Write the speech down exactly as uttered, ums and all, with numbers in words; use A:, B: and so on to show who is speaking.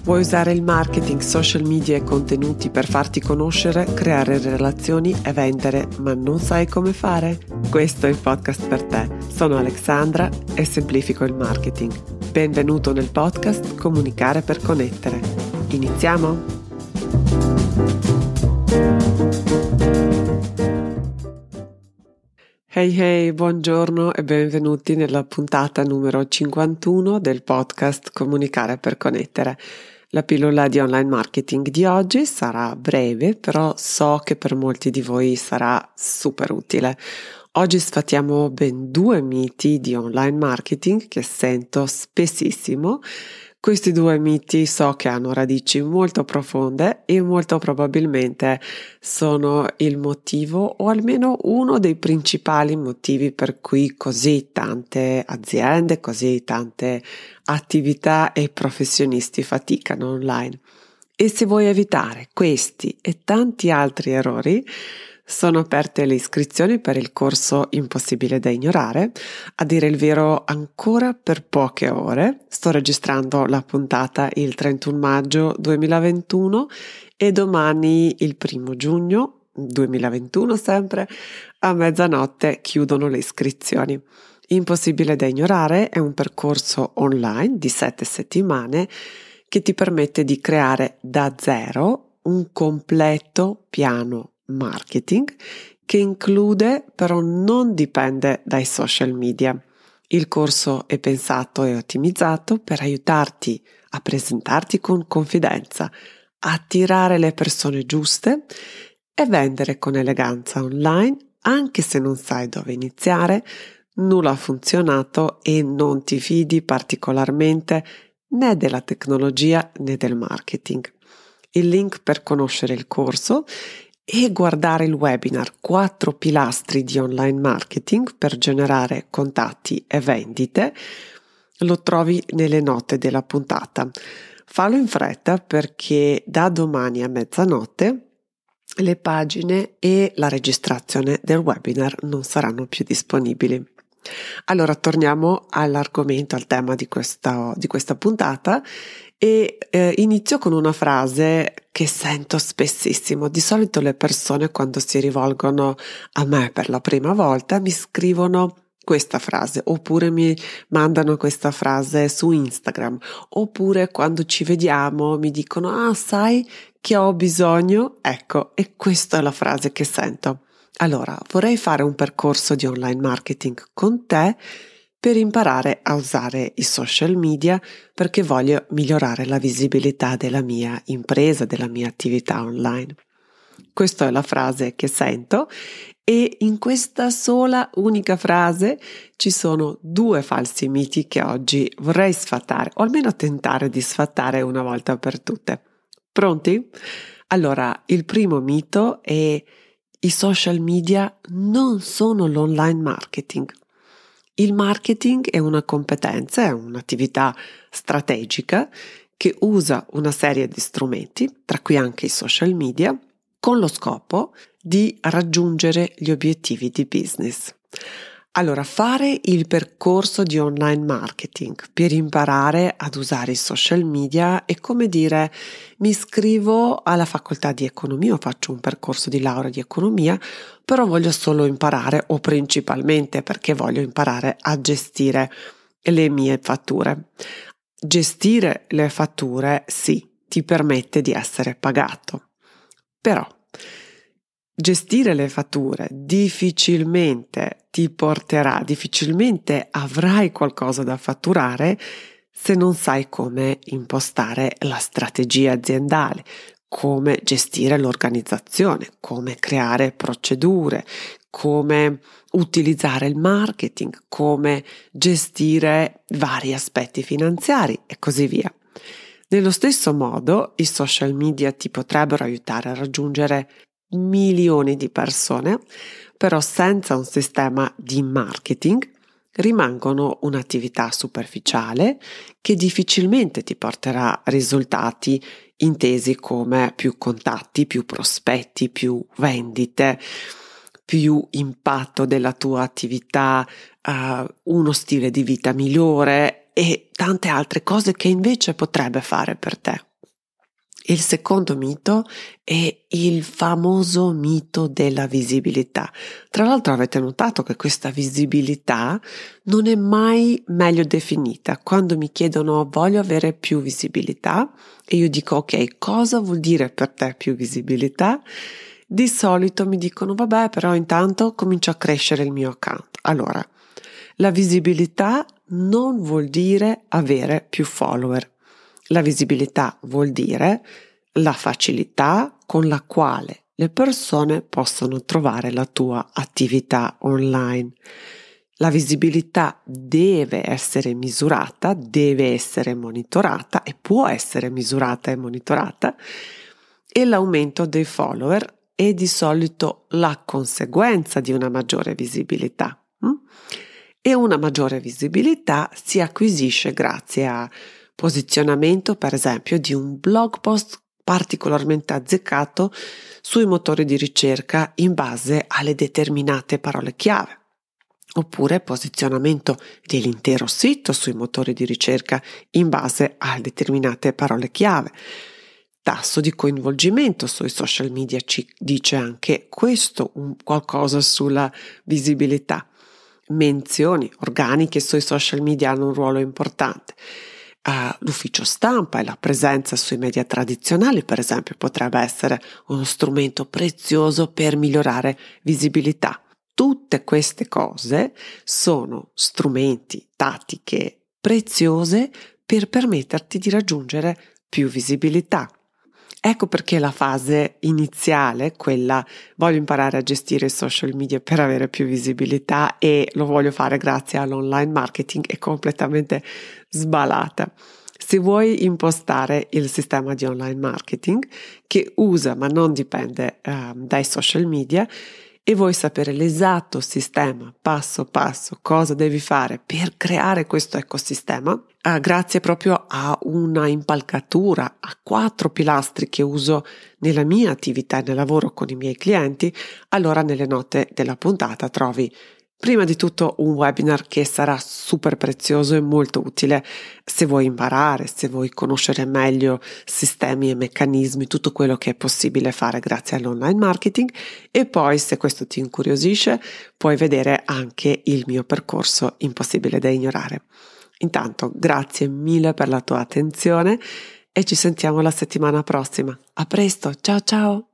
A: Vuoi usare il marketing, social media e contenuti per farti conoscere, creare relazioni e vendere, ma non sai come fare? Questo è il podcast per te. Sono Alexandra e semplifico il marketing. Benvenuto nel podcast Comunicare per connettere. Iniziamo? Hey hey, buongiorno e benvenuti nella puntata numero cinquantuno del podcast Comunicare per connettere. La pillola di online marketing di oggi sarà breve, però so che per molti di voi sarà super utile. Oggi sfatiamo ben due miti di online marketing che sento spessissimo. Questi due miti so che hanno radici molto profonde e molto probabilmente sono il motivo o almeno uno dei principali motivi per cui così tante aziende, così tante attività e professionisti faticano online. E se vuoi evitare questi e tanti altri errori, sono aperte le iscrizioni per il corso Impossibile da ignorare. A dire il vero, ancora per poche ore. Sto registrando la puntata il trentuno maggio duemilaventuno e domani il primo giugno duemilaventuno sempre a mezzanotte chiudono le iscrizioni. Impossibile da ignorare è un percorso online di sette settimane che ti permette di creare da zero un completo piano marketing che include, però non dipende dai social media. Il corso è pensato e ottimizzato per aiutarti a presentarti con confidenza, attirare le persone giuste e vendere con eleganza online, anche se non sai dove iniziare, nulla ha funzionato e non ti fidi particolarmente né della tecnologia né del marketing. Il link per conoscere il corso e guardare il webinar quattro pilastri di online marketing per generare contatti e vendite lo trovi nelle note della puntata. Fallo in fretta perché da domani a mezzanotte le pagine e la registrazione del webinar non saranno più disponibili. Allora torniamo all'argomento, al tema di questa, di questa puntata e eh, inizio con una frase che sento spessissimo. Di solito le persone quando si rivolgono a me per la prima volta mi scrivono questa frase oppure mi mandano questa frase su Instagram oppure quando ci vediamo mi dicono ah sai che ho bisogno, ecco, e questa è la frase che sento. Allora, vorrei fare un percorso di online marketing con te per imparare a usare i social media perché voglio migliorare la visibilità della mia impresa, della mia attività online. Questa è la frase che sento e in questa sola unica frase ci sono due falsi miti che oggi vorrei sfatare, o almeno tentare di sfatare una volta per tutte. Pronti? Allora, il primo mito è: i social media non sono l'online marketing. Il marketing è una competenza, è un'attività strategica che usa una serie di strumenti, tra cui anche i social media, con lo scopo di raggiungere gli obiettivi di business. Allora, fare il percorso di online marketing per imparare ad usare i social media è come dire mi iscrivo alla facoltà di economia o faccio un percorso di laurea di economia, però voglio solo imparare o principalmente perché voglio imparare a gestire le mie fatture. Gestire le fatture, sì, ti permette di essere pagato, però gestire le fatture difficilmente ti porterà, difficilmente avrai qualcosa da fatturare se non sai come impostare la strategia aziendale, come gestire l'organizzazione, come creare procedure, come utilizzare il marketing, come gestire vari aspetti finanziari e così via. Nello stesso modo, i social media ti potrebbero aiutare a raggiungere milioni di persone, però senza un sistema di marketing rimangono un'attività superficiale che difficilmente ti porterà risultati intesi come più contatti, più prospetti, più vendite, più impatto della tua attività, uh, uno stile di vita migliore e tante altre cose che invece potrebbe fare per te Il secondo mito è il famoso mito della visibilità. Tra l'altro avete notato che questa visibilità non è mai meglio definita. Quando mi chiedono voglio avere più visibilità e io dico ok, cosa vuol dire per te più visibilità? Di solito mi dicono vabbè, però intanto comincio a crescere il mio account. Allora, la visibilità non vuol dire avere più follower. La visibilità vuol dire la facilità con la quale le persone possono trovare la tua attività online. La visibilità deve essere misurata, deve essere monitorata e può essere misurata e monitorata, e l'aumento dei follower è di solito la conseguenza di una maggiore visibilità. E una maggiore visibilità si acquisisce grazie a posizionamento, per esempio, di un blog post particolarmente azzeccato sui motori di ricerca in base alle determinate parole chiave, oppure posizionamento dell'intero sito sui motori di ricerca in base a determinate parole chiave. Tasso di coinvolgimento sui social media ci dice anche questo, un qualcosa sulla visibilità. Menzioni organiche sui social media hanno un ruolo importante. Uh, l'ufficio stampa e la presenza sui media tradizionali, per esempio, potrebbe essere uno strumento prezioso per migliorare visibilità. Tutte queste cose sono strumenti, tattiche preziose per permetterti di raggiungere più visibilità. Ecco perché la fase iniziale, quella voglio imparare a gestire i social media per avere più visibilità e lo voglio fare grazie all'online marketing, è completamente sballata. Se vuoi impostare il sistema di online marketing che usa ma non dipende uh, dai social media e vuoi sapere l'esatto sistema, passo passo, cosa devi fare per creare questo ecosistema, eh, grazie proprio a una impalcatura, a quattro pilastri che uso nella mia attività e nel lavoro con i miei clienti, allora nelle note della puntata trovi prima di tutto un webinar che sarà super prezioso e molto utile se vuoi imparare, se vuoi conoscere meglio sistemi e meccanismi, tutto quello che è possibile fare grazie all'online marketing, e poi se questo ti incuriosisce puoi vedere anche il mio percorso impossibile da ignorare. Intanto grazie mille per la tua attenzione e ci sentiamo la settimana prossima. A presto, ciao ciao!